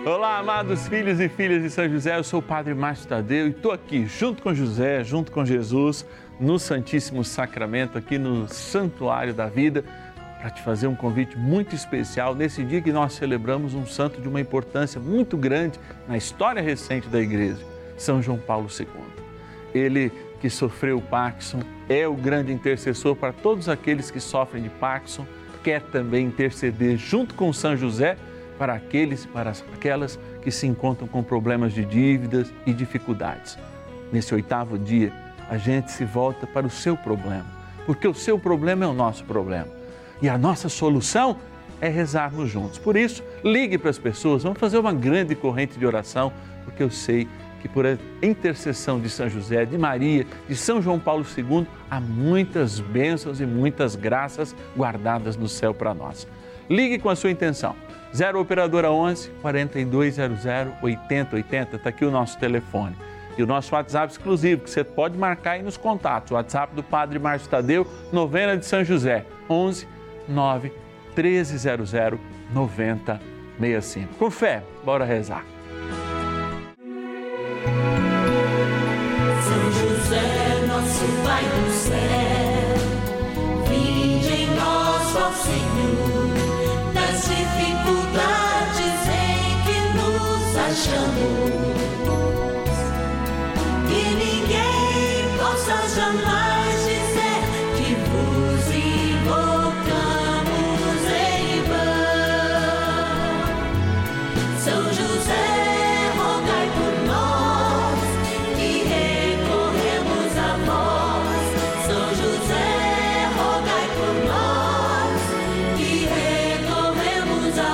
Olá, amados filhos e filhas de São José, eu sou o Padre Márcio Tadeu e estou aqui junto com José, junto com Jesus, no Santíssimo Sacramento, aqui no Santuário da Vida, para te fazer um convite muito especial nesse dia que nós celebramos um santo de uma importância muito grande na história recente da Igreja, São João Paulo II. Ele que sofreu o Parkinson é o grande intercessor para todos aqueles que sofrem de Parkinson, quer também interceder junto com São José para aqueles e para aquelas que se encontram com problemas de dívidas e dificuldades. Nesse 8º dia, a gente se volta para o seu problema, porque o seu problema é o nosso problema. E a nossa solução é rezarmos juntos. Por isso, ligue para as pessoas, vamos fazer uma grande corrente de oração, porque eu sei que por intercessão de São José, de Maria, de São João Paulo II, há muitas bênçãos e muitas graças guardadas no céu para nós. Ligue com a sua intenção. 0 Operadora 11 4200 8080, está aqui o nosso telefone. E o nosso WhatsApp exclusivo, que você pode marcar aí nos contatos. O WhatsApp do Padre Márcio Tadeu, Novena de São José, 11 9 1300 9065. Com fé, bora rezar. São José, nosso Pai do céu, vinde em nós, ó Senhor, das dificuldades em que nos achamos, que ninguém possa jamais dizer que vos invocamos em vão. São José, rogai por nós, que recorremos a vós. São José, rogai por nós, que recorremos a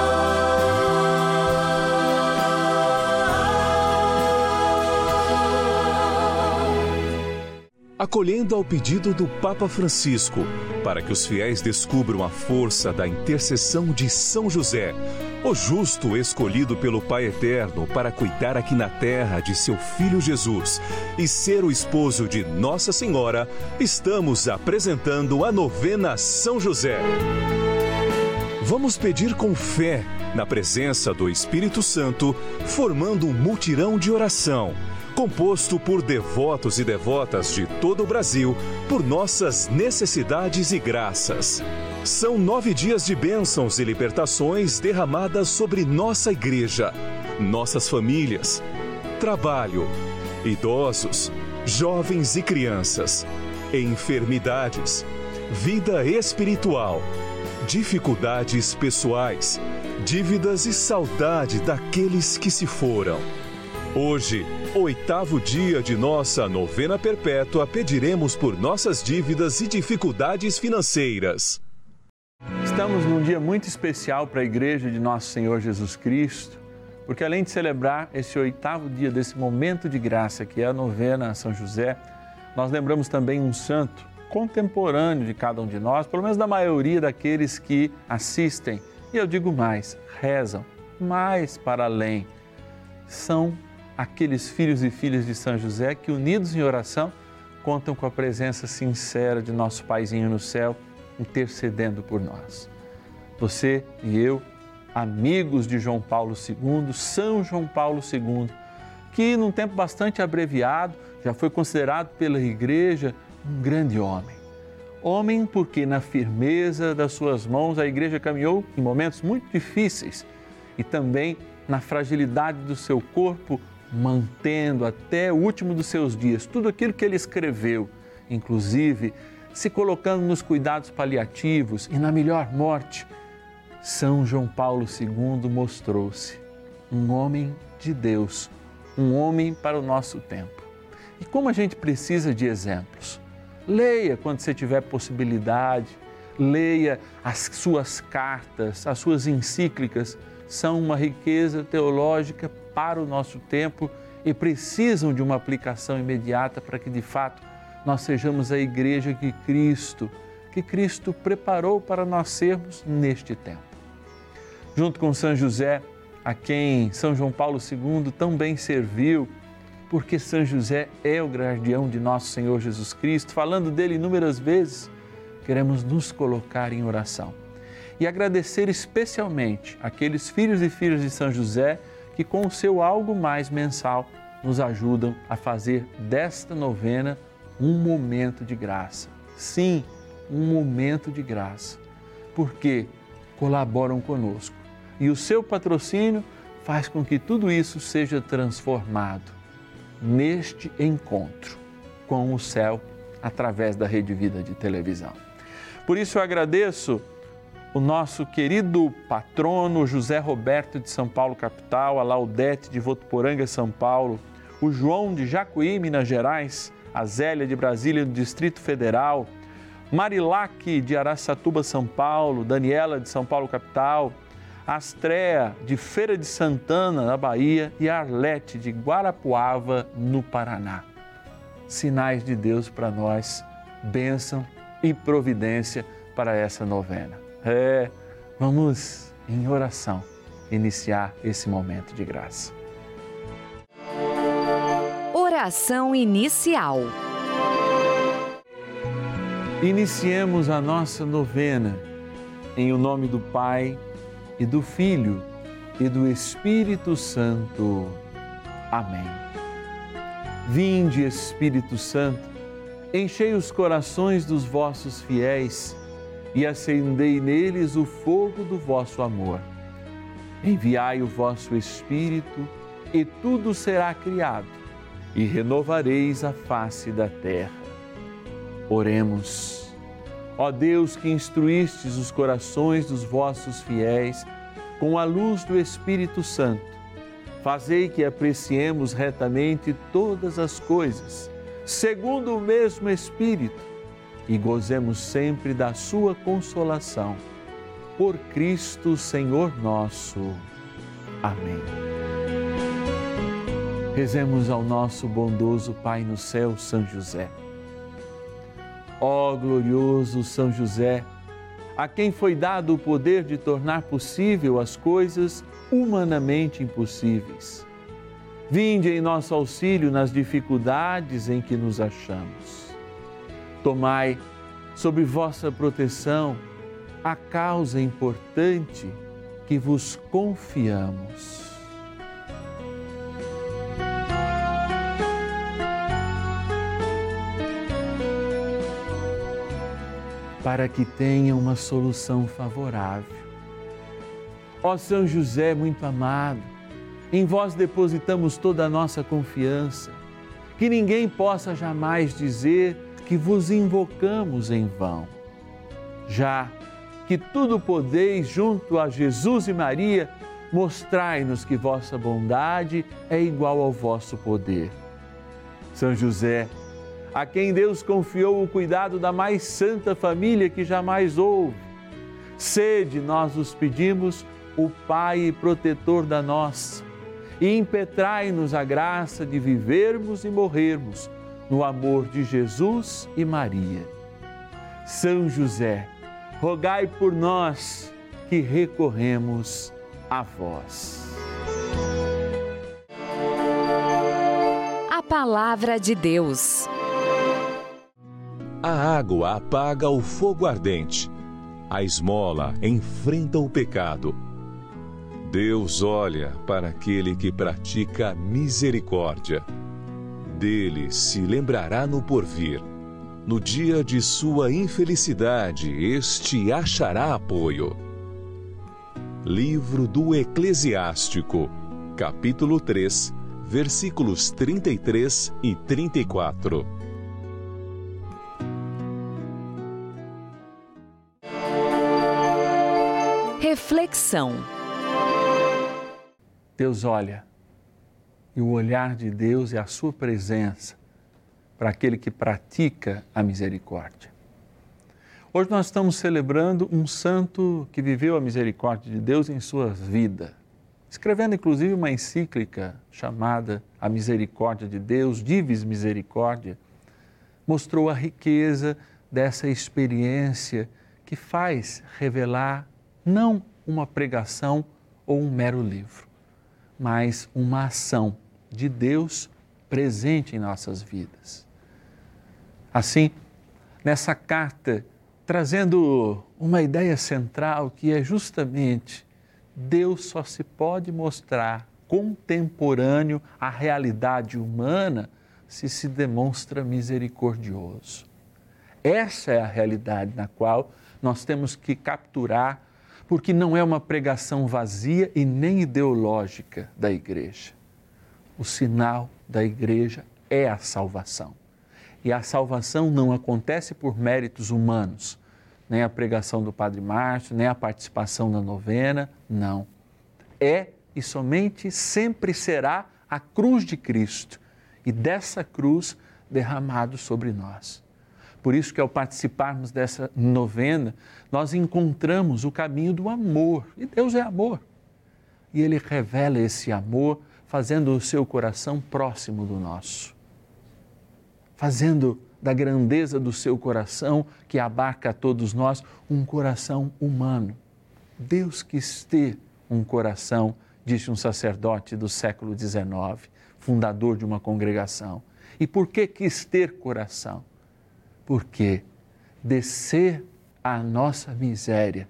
vós. Acolhendo ao pedido do Papa Francisco, para que os fiéis descubram a força da intercessão de São José, o justo escolhido pelo Pai Eterno para cuidar aqui na terra de seu Filho Jesus e ser o esposo de Nossa Senhora, estamos apresentando a novena São José. Vamos pedir com fé, na presença do Espírito Santo, formando um mutirão de oração, composto por devotos e devotas de todo o Brasil, por nossas necessidades e graças. São 9 dias de bênçãos e libertações derramadas sobre nossa igreja, nossas famílias, trabalho, idosos, jovens e crianças, enfermidades, vida espiritual, dificuldades pessoais, dívidas e saudade daqueles que se foram. Hoje, 8º dia de nossa novena perpétua, pediremos por nossas dívidas e dificuldades financeiras. Estamos num dia muito especial para a Igreja de Nosso Senhor Jesus Cristo, porque além de celebrar esse 8º dia desse momento de graça, que é a novena a São José, nós lembramos também um santo contemporâneo de cada um de nós, pelo menos da maioria daqueles que assistem, e eu digo mais, rezam, mais para além. São aqueles filhos e filhas de São José que, unidos em oração, contam com a presença sincera de nosso Paizinho no céu, intercedendo por nós. Você e eu, amigos de João Paulo II, São João Paulo II, que num tempo bastante abreviado já foi considerado pela Igreja um grande homem. Homem porque na firmeza das suas mãos a Igreja caminhou em momentos muito difíceis e também na fragilidade do seu corpo, mantendo até o último dos seus dias tudo aquilo que ele escreveu, inclusive se colocando nos cuidados paliativos e na melhor morte. São João Paulo II mostrou-se um homem de Deus, um homem para o nosso tempo. E como a gente precisa de exemplos. Leia quando você tiver possibilidade, leia as suas cartas, as suas encíclicas, são uma riqueza teológica para o nosso tempo e precisam de uma aplicação imediata para que, de fato, nós sejamos a igreja que Cristo preparou para nós sermos neste tempo. Junto com São José, a quem São João Paulo II tão bem serviu, porque São José é o guardião de nosso Senhor Jesus Cristo, falando dele inúmeras vezes, queremos nos colocar em oração. e agradecer especialmente aqueles filhos e filhas de São José que com o seu algo mais mensal nos ajudam a fazer desta novena um momento de graça. Sim, um momento de graça, porque colaboram conosco e o seu patrocínio faz com que tudo isso seja transformado neste encontro com o céu através da Rede Vida de televisão. Por isso eu agradeço o nosso querido patrono José Roberto de São Paulo, capital, a Laudete de Votuporanga, São Paulo, o João de Jacuí, Minas Gerais, a Zélia de Brasília, do Distrito Federal, Marilac de Araçatuba, São Paulo, Daniela de São Paulo, capital, Astrea de Feira de Santana, na Bahia, e Arlete de Guarapuava, no Paraná. Sinais de Deus para nós, bênção e providência para essa novena. Vamos em oração iniciar esse momento de graça. Oração inicial. Iniciemos a nossa novena em o nome do Pai e do Filho e do Espírito Santo. Amém. Vinde, Espírito Santo, enchei os corações dos vossos fiéis e acendei neles o fogo do vosso amor. Enviai o vosso Espírito e tudo será criado e renovareis a face da terra. Oremos. Ó Deus, que instruístes os corações dos vossos fiéis com a luz do Espírito Santo, fazei que apreciemos retamente todas as coisas, segundo o mesmo Espírito, e gozemos sempre da sua consolação. Por Cristo, Senhor nosso. Amém. Rezemos ao nosso bondoso Pai no céu, São José. Ó glorioso São José, a quem foi dado o poder de tornar possível as coisas humanamente impossíveis. Vinde em nosso auxílio nas dificuldades em que nos achamos. Tomai sob vossa proteção a causa importante que vos confiamos. Para que tenha uma solução favorável. Ó São José muito amado, em vós depositamos toda a nossa confiança, que ninguém possa jamais dizer que vos invocamos em vão. Já que tudo podeis junto a Jesus e Maria, mostrai-nos que vossa bondade é igual ao vosso poder. São José, a quem Deus confiou o cuidado da mais santa família que jamais houve, sede, nós os pedimos, o Pai e protetor da nossa, e impetrai-nos a graça de vivermos e morrermos no amor de Jesus e Maria. São José, rogai por nós que recorremos a vós. A Palavra de Deus. A água apaga o fogo ardente. A esmola enfrenta o pecado. Deus olha para aquele que pratica misericórdia. Dele se lembrará no porvir. No dia de sua infelicidade, este achará apoio. Livro do Eclesiástico, capítulo 3, versículos 33 e 34. Reflexão. Deus olha, e o olhar de Deus é a sua presença para aquele que pratica a misericórdia. Hoje nós estamos celebrando um santo que viveu a misericórdia de Deus em sua vida, escrevendo inclusive uma encíclica chamada A Misericórdia de Deus, Divis Misericordia, mostrou a riqueza dessa experiência que faz revelar não uma pregação ou um mero livro, mas uma ação de Deus presente em nossas vidas. Assim, nessa carta, trazendo uma ideia central que é justamente Deus só se pode mostrar contemporâneo à realidade humana se demonstra misericordioso. Essa é a realidade na qual nós temos que capturar, porque não é uma pregação vazia e nem ideológica da igreja. O sinal da igreja é a salvação. E a salvação não acontece por méritos humanos, nem a pregação do Padre Márcio, nem a participação na novena, não. É e somente sempre será a cruz de Cristo e dessa cruz derramado sobre nós. Por isso que ao participarmos dessa novena, nós encontramos o caminho do amor. E Deus é amor. E Ele revela esse amor fazendo o seu coração próximo do nosso. Fazendo da grandeza do seu coração, que abarca a todos nós, um coração humano. Deus quis ter um coração, disse um sacerdote do século XIX, fundador de uma congregação. E por que quis ter coração? Porque descer à nossa miséria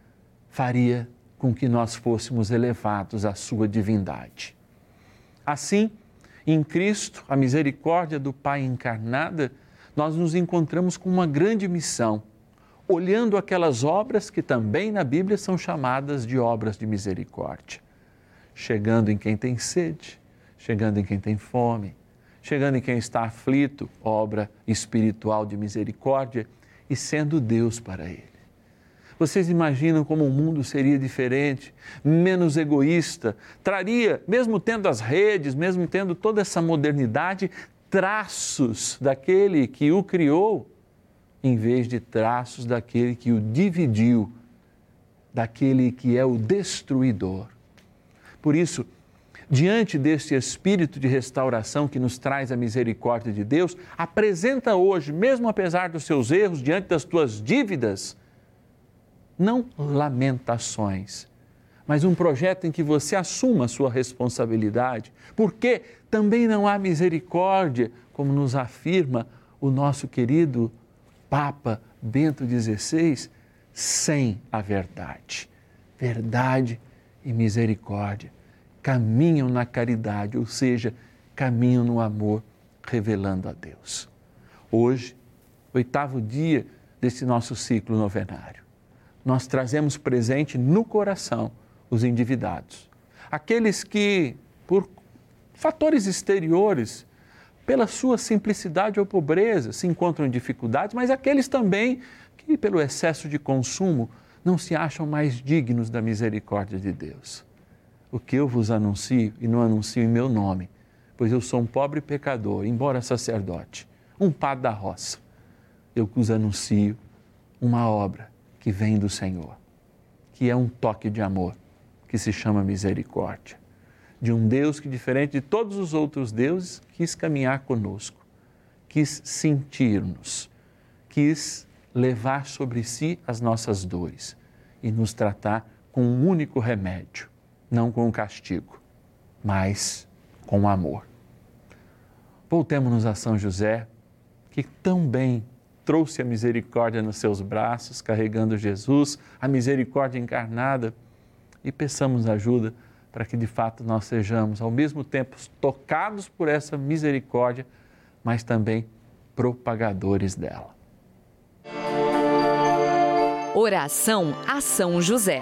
faria com que nós fôssemos elevados à sua divindade. Assim, em Cristo, a misericórdia do Pai encarnada, nós nos encontramos com uma grande missão, olhando aquelas obras que também na Bíblia são chamadas de obras de misericórdia. Chegando em quem tem sede, chegando em quem tem fome, chegando em quem está aflito, obra espiritual de misericórdia, e sendo Deus para ele. Vocês imaginam como o mundo seria diferente, menos egoísta, traria, mesmo tendo as redes, mesmo tendo toda essa modernidade, traços daquele que o criou, em vez de traços daquele que o dividiu, daquele que é o destruidor. Por isso, diante deste espírito de restauração que nos traz a misericórdia de Deus, apresenta hoje, mesmo apesar dos seus erros, diante das tuas dívidas, não lamentações, mas um projeto em que você assuma a sua responsabilidade, porque também não há misericórdia, como nos afirma o nosso querido Papa Bento XVI, sem a verdade. Verdade e misericórdia caminham na caridade, ou seja, caminham no amor, revelando a Deus. Hoje, 8º dia desse nosso ciclo novenário, nós trazemos presente no coração os endividados. Aqueles que, por fatores exteriores, pela sua simplicidade ou pobreza, se encontram em dificuldades, mas aqueles também que, pelo excesso de consumo, não se acham mais dignos da misericórdia de Deus. O que eu vos anuncio, e não anuncio em meu nome, pois eu sou um pobre pecador, embora sacerdote, um padre da roça, eu vos anuncio uma obra que vem do Senhor, que é um toque de amor, que se chama misericórdia, de um Deus que, diferente de todos os outros deuses, quis caminhar conosco, quis sentir-nos, quis levar sobre si as nossas dores e nos tratar com um único remédio, não com o castigo, mas com o amor. Voltemos-nos a São José, que tão bem trouxe a misericórdia nos seus braços, carregando Jesus, a misericórdia encarnada, e peçamos ajuda para que de fato nós sejamos ao mesmo tempo tocados por essa misericórdia, mas também propagadores dela. Oração a São José.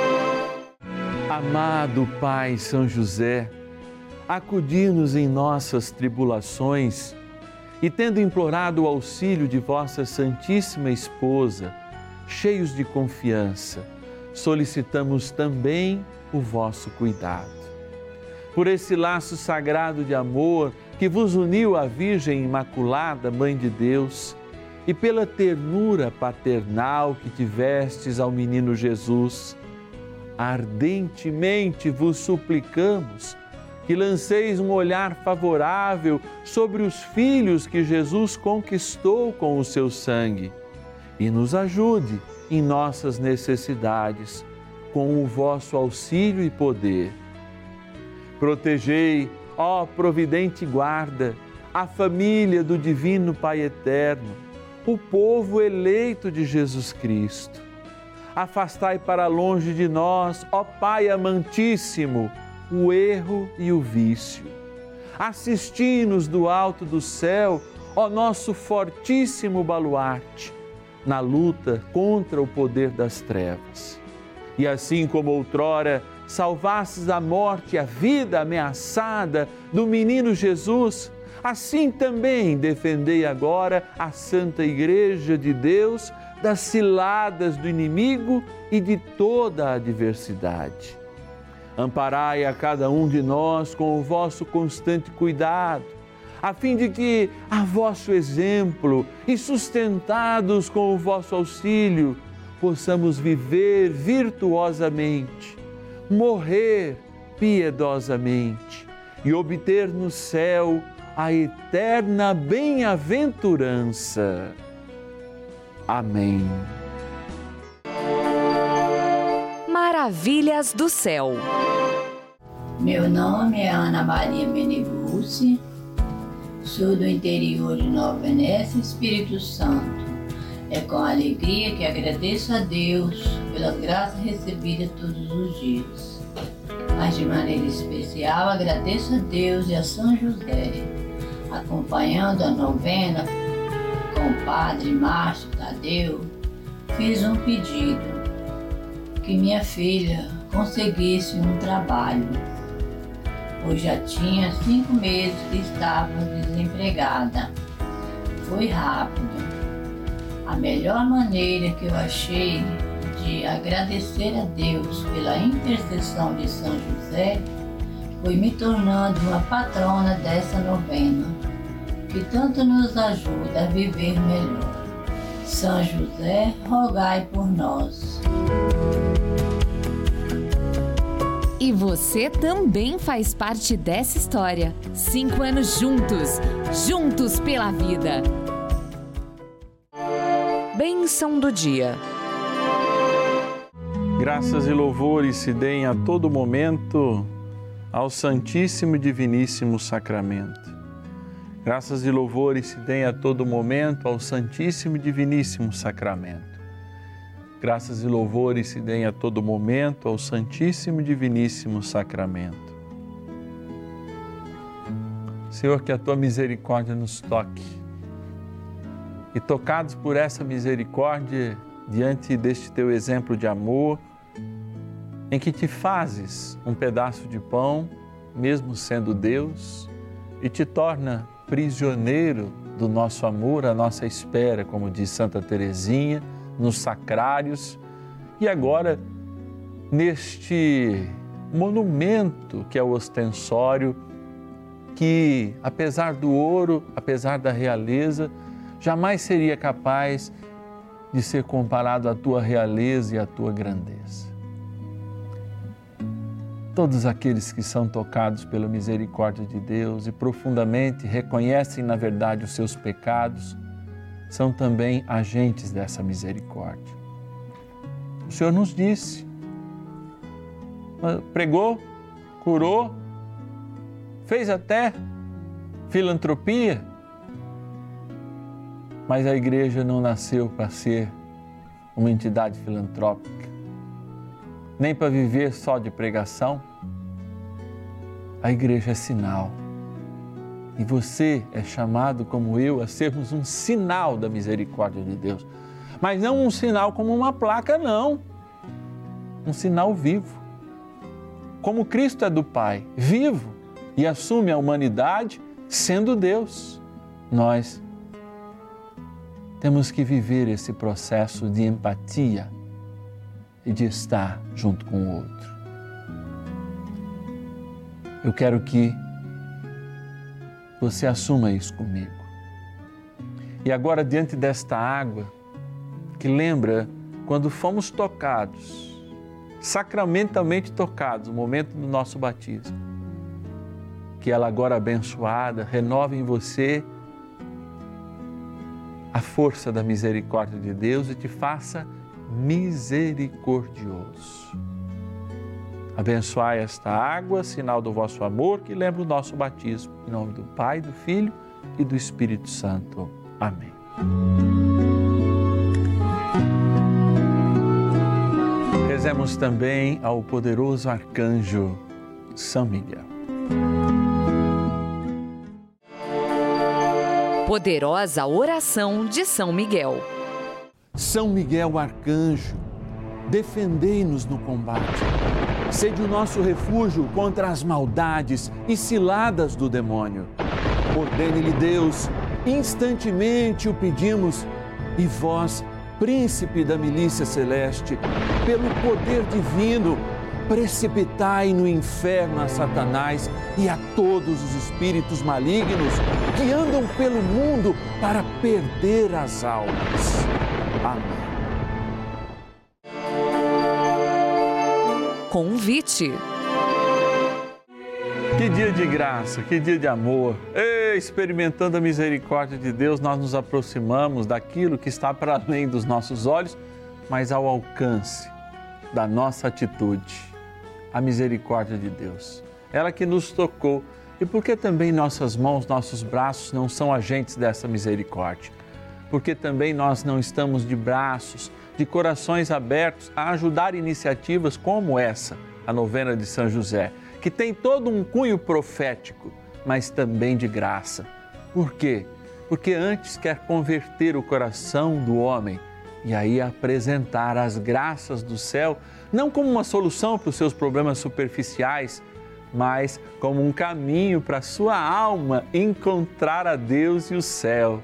Amado Pai São José, acudi-nos em nossas tribulações e, tendo implorado o auxílio de vossa Santíssima Esposa, cheios de confiança, solicitamos também o vosso cuidado. Por esse laço sagrado de amor que vos uniu à Virgem Imaculada, Mãe de Deus, e pela ternura paternal que tivestes ao menino Jesus, ardentemente vos suplicamos que lanceis um olhar favorável sobre os filhos que Jesus conquistou com o seu sangue e nos ajude em nossas necessidades com o vosso auxílio e poder. Protegei, ó providente guarda, a família do Divino Pai Eterno, o povo eleito de Jesus Cristo. afastai para longe de nós, ó Pai amantíssimo, o erro e o vício. Assisti-nos do alto do céu, ó nosso fortíssimo baluarte, na luta contra o poder das trevas. E assim como outrora salvastes da morte a vida ameaçada do menino Jesus, assim também defendei agora a Santa Igreja de Deus das ciladas do inimigo e de toda a adversidade. Amparai a cada um de nós com o vosso constante cuidado, a fim de que, a vosso exemplo e sustentados com o vosso auxílio, possamos viver virtuosamente, morrer piedosamente e obter no céu a eterna bem-aventurança. Amém. Maravilhas do céu. Meu nome é Ana Maria Meneguzzi, sou do interior de Nova Venécia, Espírito Santo. É com alegria que agradeço a Deus pelas graças recebidas todos os dias. Mas de maneira especial agradeço a Deus e a São José, acompanhando a novena com o Padre Márcio Tadeu, fiz um pedido, que minha filha conseguisse um trabalho, pois já tinha 5 meses que estava desempregada. Foi rápido. A melhor maneira que eu achei de agradecer a Deus pela intercessão de São José foi me tornando uma patrona dessa novena, que tanto nos ajuda a viver melhor. São José, rogai por nós. E você também faz parte dessa história. 5 anos juntos, juntos pela vida. Bênção do dia. Graças e louvores se deem a todo momento ao Santíssimo e Diviníssimo Sacramento. Graças e louvores se deem a todo momento ao Santíssimo e Diviníssimo Sacramento. Graças e louvores se deem a todo momento ao Santíssimo e Diviníssimo Sacramento. Senhor, que a Tua misericórdia nos toque. E tocados por essa misericórdia, diante deste Teu exemplo de amor, em que Te fazes um pedaço de pão, mesmo sendo Deus, e Te torna prisioneiro do nosso amor, à nossa espera, como diz Santa Teresinha, nos sacrários, e agora neste monumento que é o ostensório, que apesar do ouro, apesar da realeza, jamais seria capaz de ser comparado à Tua realeza e à Tua grandeza. Todos aqueles que são tocados pela misericórdia de Deus e profundamente reconhecem na verdade os seus pecados, são também agentes dessa misericórdia. O Senhor nos disse, pregou, curou, fez até filantropia, mas a igreja não nasceu para ser uma entidade filantrópica, nem para viver só de pregação. A igreja é sinal. E você é chamado, como eu, a sermos um sinal da misericórdia de Deus. Mas não um sinal como uma placa, não. Um sinal vivo. Como Cristo é do Pai, vivo, e assume a humanidade sendo Deus. Nós temos que viver esse processo de empatia e de estar junto com o outro. Eu quero que você assuma isso comigo. E agora, diante desta água, que lembra quando fomos tocados, sacramentalmente tocados, no momento do nosso batismo, que ela agora abençoada renove em você a força da misericórdia de Deus e te faça misericordioso. Abençoai esta água, sinal do vosso amor, que lembra o nosso batismo. Em nome do Pai, do Filho e do Espírito Santo. Amém. Rezemos também ao poderoso arcanjo São Miguel. Poderosa oração de São Miguel. São Miguel arcanjo, defendei-nos no combate. Sede o nosso refúgio contra as maldades e ciladas do demônio. Ordene-lhe Deus, instantemente o pedimos, e vós, príncipe da milícia celeste, pelo poder divino, precipitai no inferno a Satanás e a todos os espíritos malignos que andam pelo mundo para perder as almas. Amém. Convite. Que dia de graça, que dia de amor. Experimentando a misericórdia de Deus, nós nos aproximamos daquilo que está para além dos nossos olhos, mas ao alcance da nossa atitude. A misericórdia de Deus, ela que nos tocou. E por que também nossas mãos, nossos braços não são agentes dessa misericórdia? Porque também nós não estamos de braços, de corações abertos a ajudar iniciativas como essa, a novena de São José, que tem todo um cunho profético, mas também de graça. Por quê? Porque antes quer converter o coração do homem e aí apresentar as graças do céu, não como uma solução para os seus problemas superficiais, mas como um caminho para a sua alma encontrar a Deus e o céu.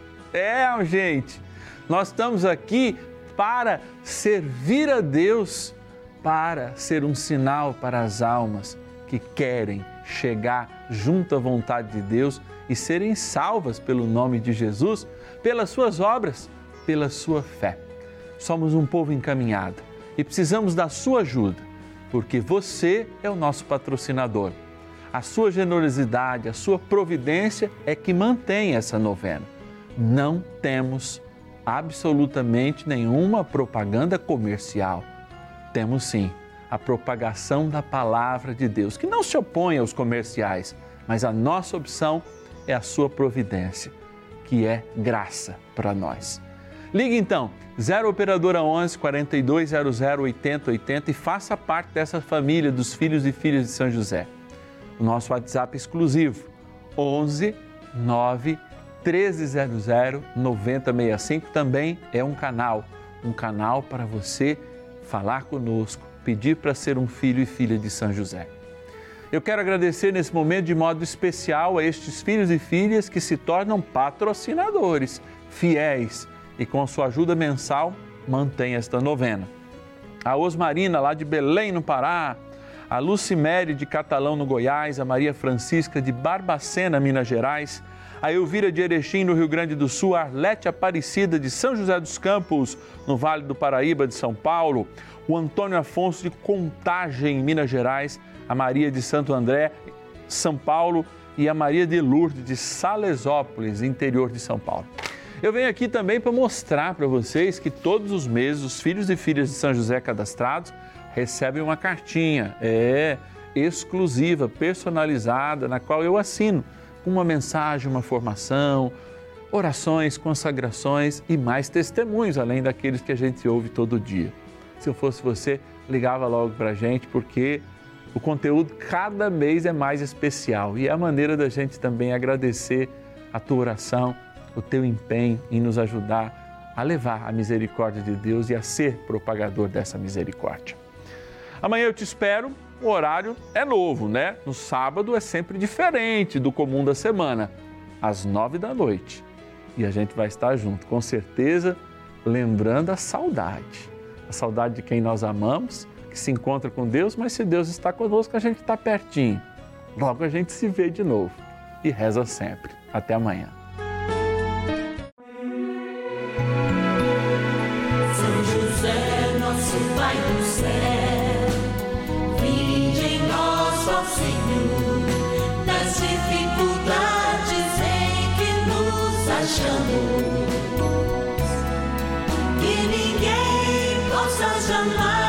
Gente, nós estamos aqui para servir a Deus, para ser um sinal para as almas que querem chegar junto à vontade de Deus e serem salvas pelo nome de Jesus, pelas suas obras, pela sua fé. Somos um povo encaminhado e precisamos da sua ajuda, porque você é o nosso patrocinador. A sua generosidade, a sua providência é que mantém essa novena. Não temos absolutamente nenhuma propaganda comercial. Temos sim a propagação da palavra de Deus, que não se opõe aos comerciais, mas a nossa opção é a sua providência, que é graça para nós. Ligue então, 0 Operadora 11 4200 8080 e faça parte dessa família dos filhos e filhas de São José. O nosso WhatsApp exclusivo, 11 9 1300 9065, também é um canal para você falar conosco, pedir para ser um filho e filha de São José. Eu quero agradecer nesse momento de modo especial a estes filhos e filhas que se tornam patrocinadores, fiéis e com a sua ajuda mensal mantém esta novena. A Osmarina lá de Belém no Pará, a Lucimere de Catalão no Goiás, a Maria Francisca de Barbacena, Minas Gerais, a Elvira de Erechim, no Rio Grande do Sul, a Arlete Aparecida de São José dos Campos, no Vale do Paraíba de São Paulo, o Antônio Afonso de Contagem, Minas Gerais, a Maria de Santo André, São Paulo e a Maria de Lourdes de Salesópolis, interior de São Paulo. Eu venho aqui também para mostrar para vocês que todos os meses os filhos e filhas de São José cadastrados recebem uma cartinha, exclusiva, personalizada, na qual eu assino com uma mensagem, uma formação, orações, consagrações e mais testemunhos, além daqueles que a gente ouve todo dia. Se eu fosse você, ligava logo para a gente, porque o conteúdo cada mês é mais especial e é a maneira da gente também agradecer a tua oração, o teu empenho em nos ajudar a levar a misericórdia de Deus e a ser propagador dessa misericórdia. Amanhã eu te espero, o horário é novo, né? No sábado é sempre diferente do comum da semana, às 9h. E a gente vai estar junto, com certeza, lembrando a saudade de quem nós amamos, que se encontra com Deus, mas se Deus está conosco, a gente está pertinho. Logo a gente se vê de novo e reza sempre. Até amanhã. São José, nosso Pai do céu, vinde em nós, ó Senhor, das dificuldades em que nos achamos, que ninguém possa jamais